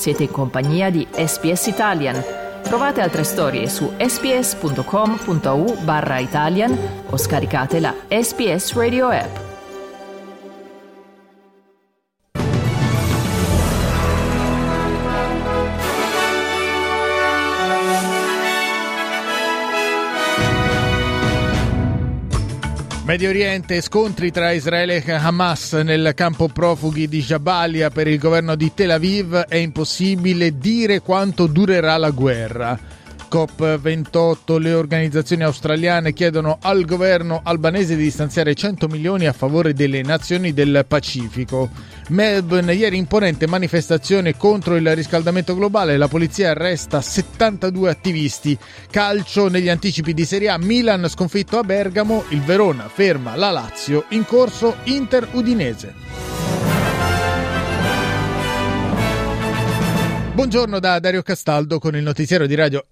Siete in compagnia di SBS Italian. Trovate altre storie su sbs.com.au/Italian o scaricate la SBS Radio app. Medio Oriente, scontri tra Israele e Hamas nel campo profughi di Jabalia. Per il governo di Tel Aviv è impossibile dire quanto durerà la guerra. COP28, le organizzazioni australiane chiedono al governo albanese di stanziare 100 milioni a favore delle nazioni del Pacifico. Melbourne, ieri imponente manifestazione contro il riscaldamento globale, la polizia arresta 72 attivisti. Calcio, negli anticipi di Serie A, Milan sconfitto a Bergamo, il Verona ferma la Lazio, in corso Inter-Udinese. Buongiorno da Dario Castaldo con il notiziario di radio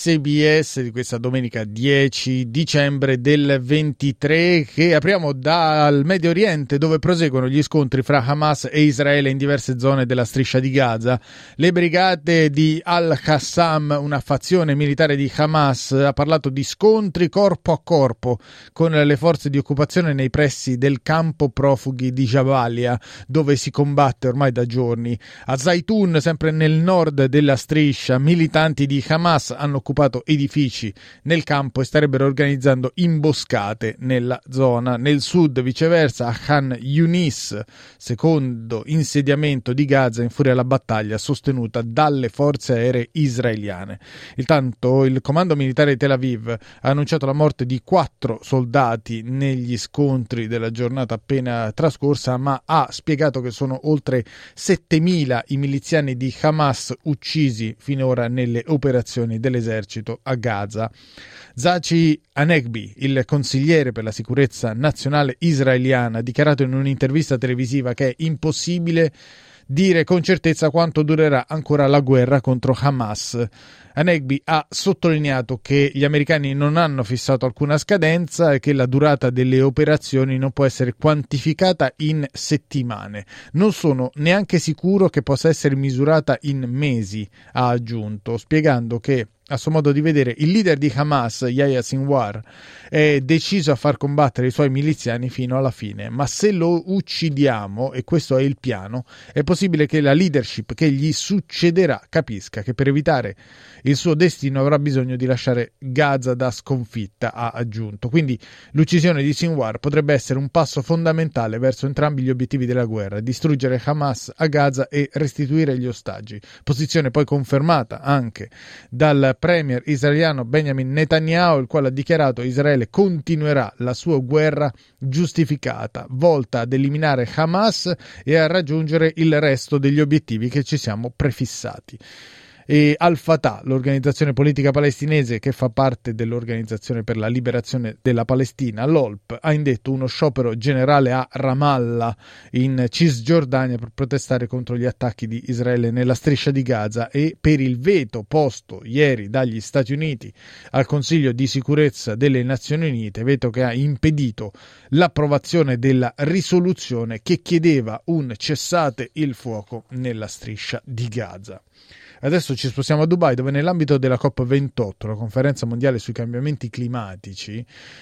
SBS di questa domenica 10 dicembre del 23, che apriamo dal Medio Oriente, dove proseguono gli scontri fra Hamas e Israele in diverse zone della striscia di Gaza. Le brigate di Al-Qassam, una fazione militare di Hamas, ha parlato di scontri corpo a corpo con le forze di occupazione nei pressi del campo profughi di Jabalia, dove si combatte ormai da giorni. A Zaitun, sempre nel nord della striscia, militanti di Hamas hanno occupato edifici nel campo e starebbero organizzando imboscate nella zona. Nel sud, viceversa, a Khan Yunis, secondo insediamento di Gaza, infuria la battaglia sostenuta dalle forze aeree israeliane. Intanto il comando militare di Tel Aviv ha annunciato la morte di 4 soldati negli scontri della giornata appena trascorsa, ma ha spiegato che sono oltre 7.000 i miliziani di Hamas uccisi finora nelle operazioni dell'esercito a Gaza. Zachi Hanegbi, il consigliere per la sicurezza nazionale israeliana, ha dichiarato in un'intervista televisiva che è impossibile dire con certezza quanto durerà ancora la guerra contro Hamas. Hanegbi ha sottolineato che gli americani non hanno fissato alcuna scadenza e che la durata delle operazioni non può essere quantificata in settimane. Non sono neanche sicuro che possa essere misurata in mesi, ha aggiunto, spiegando che a suo modo di vedere il leader di Hamas, Yahya Sinwar, è deciso a far combattere i suoi miliziani fino alla fine, ma se lo uccidiamo, e questo è il piano, è possibile che la leadership che gli succederà capisca che per evitare il suo destino avrà bisogno di lasciare Gaza da sconfitta, ha aggiunto. Quindi l'uccisione di Sinwar potrebbe essere un passo fondamentale verso entrambi gli obiettivi della guerra: distruggere Hamas a Gaza e restituire gli ostaggi, posizione poi confermata anche dal premier israeliano Benjamin Netanyahu, il quale ha dichiarato che Israele continuerà la sua guerra giustificata, volta ad eliminare Hamas e a raggiungere il resto degli obiettivi che ci siamo prefissati. E Al-Fatah, l'organizzazione politica palestinese che fa parte dell'Organizzazione per la Liberazione della Palestina, l'OLP, ha indetto uno sciopero generale a Ramallah in Cisgiordania per protestare contro gli attacchi di Israele nella striscia di Gaza e per il veto posto ieri dagli Stati Uniti al Consiglio di sicurezza delle Nazioni Unite, veto che ha impedito l'approvazione della risoluzione che chiedeva un cessate il fuoco nella striscia di Gaza. Adesso ci spostiamo a Dubai, dove nell'ambito della COP28, la conferenza mondiale sui cambiamenti climatici,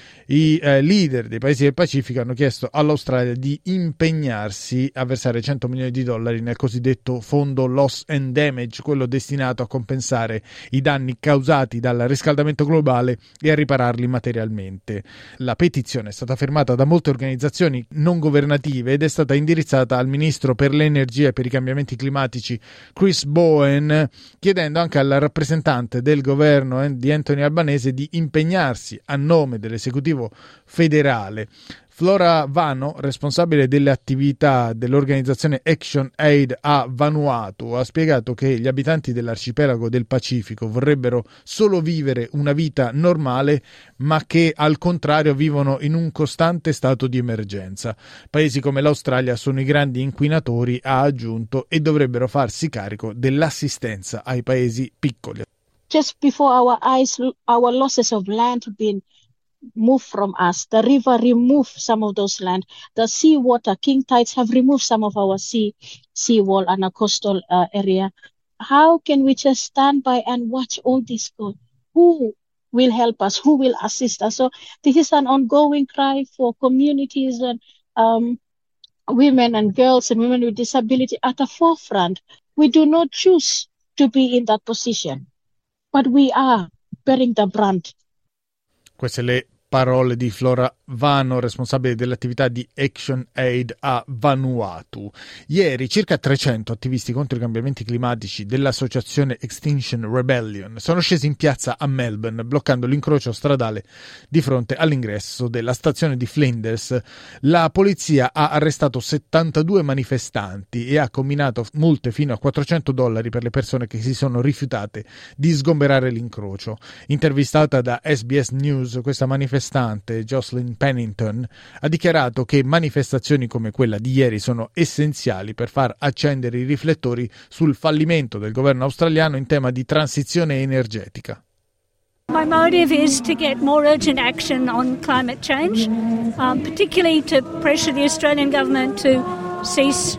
i leader dei paesi del Pacifico hanno chiesto all'Australia di impegnarsi a versare 100 milioni di dollari nel cosiddetto fondo Loss and Damage, quello destinato a compensare i danni causati dal riscaldamento globale e a ripararli materialmente. La petizione è stata firmata da molte organizzazioni non governative ed è stata indirizzata al ministro per l'energia e per i cambiamenti climatici Chris Bowen, chiedendo anche al rappresentante del governo di Anthony Albanese di impegnarsi a nome dell'esecutivo federale. Flora Vano, responsabile delle attività dell'organizzazione Action Aid a Vanuatu, ha spiegato che gli abitanti dell'arcipelago del Pacifico vorrebbero solo vivere una vita normale, ma che al contrario vivono in un costante stato di emergenza. Paesi come l'Australia sono i grandi inquinatori, ha aggiunto, e dovrebbero farsi carico dell'assistenza ai paesi piccoli. Just before our eyes, our losses of land have been moved from us. The river removed some of those land. The seawater, king tides have removed some of our sea wall and a coastal area. how can we just stand by and watch all this go? Who will help us? Who will assist us? So this is an ongoing cry for communities and women and girls and women with disability at the forefront. We do not choose to be in that position, but we are bearing the brunt. Queste le parole di Flora Vano, responsabile dell'attività di Action Aid a Vanuatu. Ieri circa 300 attivisti contro i cambiamenti climatici dell'associazione Extinction Rebellion sono scesi in piazza a Melbourne, bloccando l'incrocio stradale di fronte all'ingresso della stazione di Flinders. La polizia ha arrestato 72 manifestanti e ha comminato multe fino a $400 per le persone che si sono rifiutate di sgomberare l'incrocio. Intervistata da SBS News, questa manifestante, Jocelyn Pennington, ha dichiarato che manifestazioni come quella di ieri sono essenziali per far accendere i riflettori sul fallimento del governo australiano in tema di transizione energetica. My motive is to get more urgent action on climate change, particularly to pressure the Australian government to cease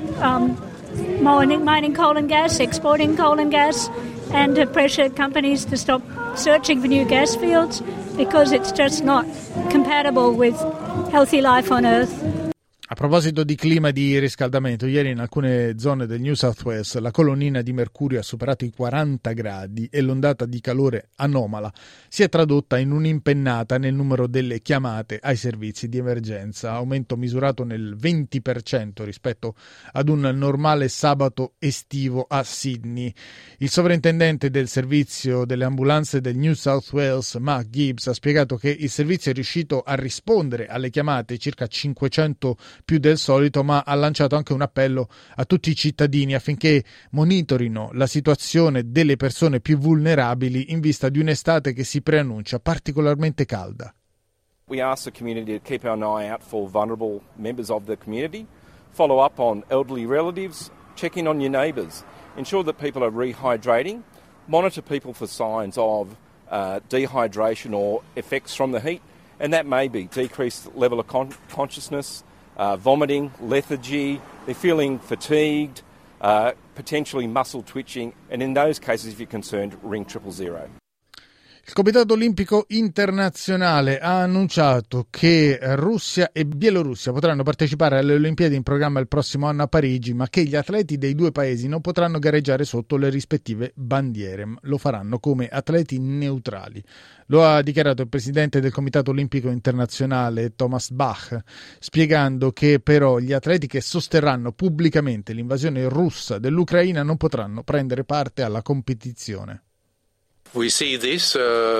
mining coal and gas, exporting coal and gas, and to pressure companies to stop searching for new gas fields because it's just not compatible with healthy life on Earth. A proposito di clima e di riscaldamento, ieri in alcune zone del New South Wales la colonnina di mercurio ha superato i 40 gradi e l'ondata di calore anomala si è tradotta in un'impennata nel numero delle chiamate ai servizi di emergenza, aumento misurato nel 20% rispetto ad un normale sabato estivo a Sydney. Il sovrintendente del servizio delle ambulanze del New South Wales, Mark Gibbs, ha spiegato che il servizio è riuscito a rispondere alle chiamate, circa 500 più del solito, ma ha lanciato anche un appello a tutti i cittadini affinché monitorino la situazione delle persone più vulnerabili in vista di un'estate che si preannuncia particolarmente calda. We ask the community to keep an eye out for vulnerable members of the community, follow up on elderly relatives, check in on your neighbours, ensure that people are rehydrating, monitor people for signs of dehydration or effects from the heat, and that may be decreased level of consciousness, vomiting, lethargy, they're feeling fatigued, potentially muscle twitching, and in those cases, if you're concerned, ring 000. Il Comitato Olimpico Internazionale ha annunciato che Russia e Bielorussia potranno partecipare alle Olimpiadi in programma il prossimo anno a Parigi, ma che gli atleti dei due paesi non potranno gareggiare sotto le rispettive bandiere, lo faranno come atleti neutrali. Lo ha dichiarato il presidente del Comitato Olimpico Internazionale Thomas Bach, spiegando che però gli atleti che sosterranno pubblicamente l'invasione russa dell'Ucraina non potranno prendere parte alla competizione. We see this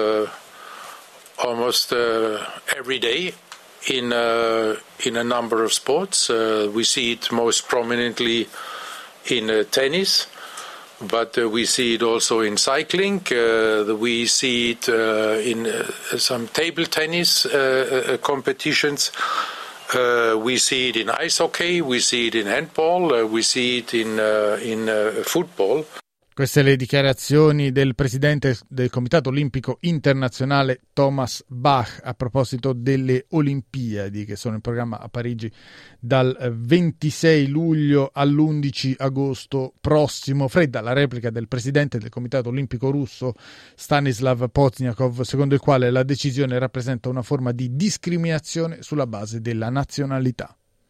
almost every day in a number of sports. We see it most prominently in tennis, but we see it also in cycling. We see it in some table tennis competitions. We see it in ice hockey. We see it in handball. We see it in football. Queste le dichiarazioni del presidente del Comitato Olimpico Internazionale Thomas Bach a proposito delle Olimpiadi che sono in programma a Parigi dal 26 luglio all'11 agosto prossimo. Fredda la replica del presidente del Comitato Olimpico russo Stanislav Pozniakov, secondo il quale la decisione rappresenta una forma di discriminazione sulla base della nazionalità.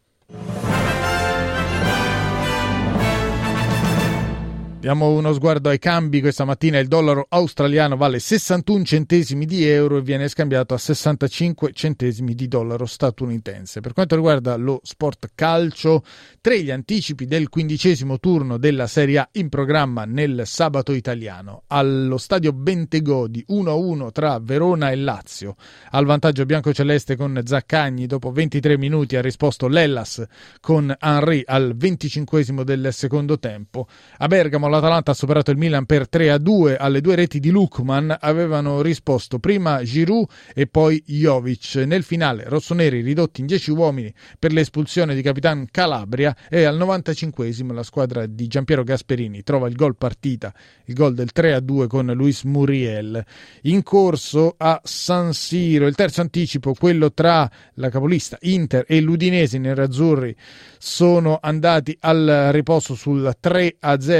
Diamo uno sguardo ai cambi. Questa mattina il dollaro australiano vale 61 centesimi di euro e viene scambiato a 65 centesimi di dollaro statunitense. Per quanto riguarda lo sport calcio, 3 gli anticipi del 15° turno della Serie A in programma nel sabato italiano. Allo stadio Bentegodi 1-1 tra Verona e Lazio. Al vantaggio biancoceleste con Zaccagni dopo 23 minuti ha risposto l'Hellas con Henry al 25° del secondo tempo. A Bergamo l'Atalanta ha superato il Milan per 3-2, alle 2 reti di Lukman avevano risposto prima Giroud e poi Jovic. Nel finale rossoneri ridotti in 10 uomini per l'espulsione di Capitan Calabria e al 95° la squadra di Giampiero Gasperini trova il gol partita, il gol del 3-2 con Luis Muriel. In corso a San Siro il terzo anticipo, quello tra la capolista Inter e l'Udinese. I nerazzurri sono andati al riposo sul 3-0 grazie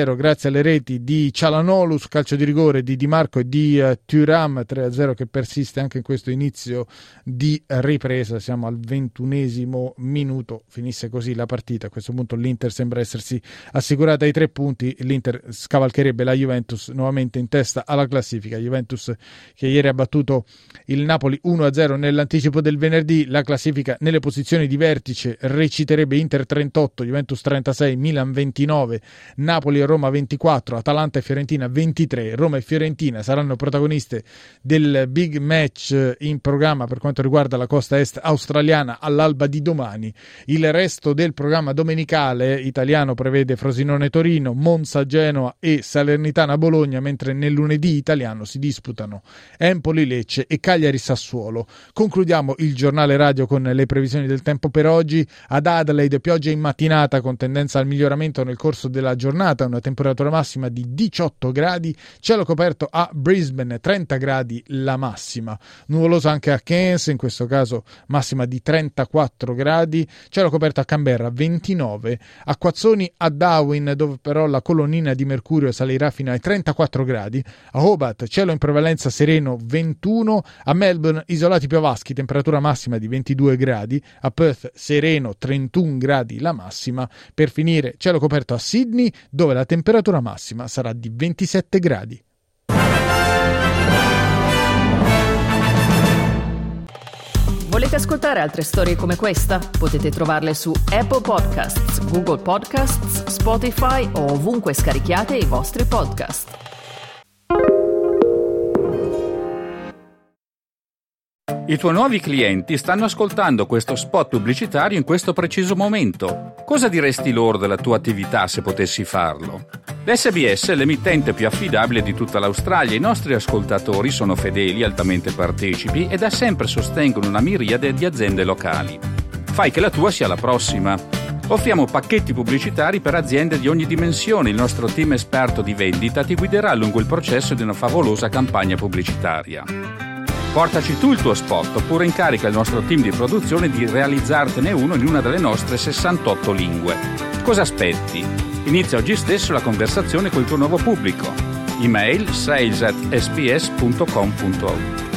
grazie alle reti di Cialanoglu su calcio di rigore, di Di Marco e di Thuram, 3-0 che persiste anche in questo inizio di ripresa. Siamo al 21esimo minuto, finisse così la partita. A questo punto l'Inter sembra essersi assicurata i 3 punti, l'Inter scavalcherebbe la Juventus nuovamente in testa alla classifica. Juventus che ieri ha battuto il Napoli 1-0 nell'anticipo del venerdì. La classifica nelle posizioni di vertice reciterebbe Inter 38, Juventus 36, Milan 29, Napoli e Roma 24, Atalanta e Fiorentina 23. Roma e Fiorentina saranno protagoniste del big match in programma per quanto riguarda la costa est australiana all'alba di domani. Il resto del programma domenicale italiano prevede Frosinone-Torino, Monza-Genoa e Salernitana-Bologna, mentre nel lunedì italiano si disputano Empoli-Lecce e Cagliari-Sassuolo. Concludiamo il giornale radio con le previsioni del tempo per oggi. Ad Adelaide pioggia in mattinata con tendenza al miglioramento nel corso della giornata, una temperatura massima di 18 gradi, cielo coperto a Brisbane, 30 gradi la massima, nuvoloso anche a Cairns, in questo caso massima di 34 gradi, cielo coperto a Canberra 29, acquazzoni a Darwin dove però la colonnina di mercurio salirà fino ai 34 gradi, a Hobart cielo in prevalenza sereno 21, a Melbourne isolati piovaschi, temperatura massima di 22 gradi, a Perth sereno 31 gradi la massima, per finire cielo coperto a Sydney dove la temperatura massima sarà di 27 gradi. Volete ascoltare altre storie come questa? Potete trovarle su Apple Podcasts, Google Podcasts, Spotify o ovunque scarichiate i vostri podcast. I tuoi nuovi clienti stanno ascoltando questo spot pubblicitario in questo preciso momento. Cosa diresti loro della tua attività se potessi farlo? L'SBS è l'emittente più affidabile di tutta l'Australia. I nostri ascoltatori sono fedeli, altamente partecipi e da sempre sostengono una miriade di aziende locali. Fai che la tua sia la prossima. Offriamo pacchetti pubblicitari per aziende di ogni dimensione. Il nostro team esperto di vendita ti guiderà lungo il processo di una favolosa campagna pubblicitaria. Portaci tu il tuo spot oppure incarica il nostro team di produzione di realizzartene uno in una delle nostre 68 lingue. Cosa aspetti? Inizia oggi stesso la conversazione con il tuo nuovo pubblico. Email sales@sbs.com.au.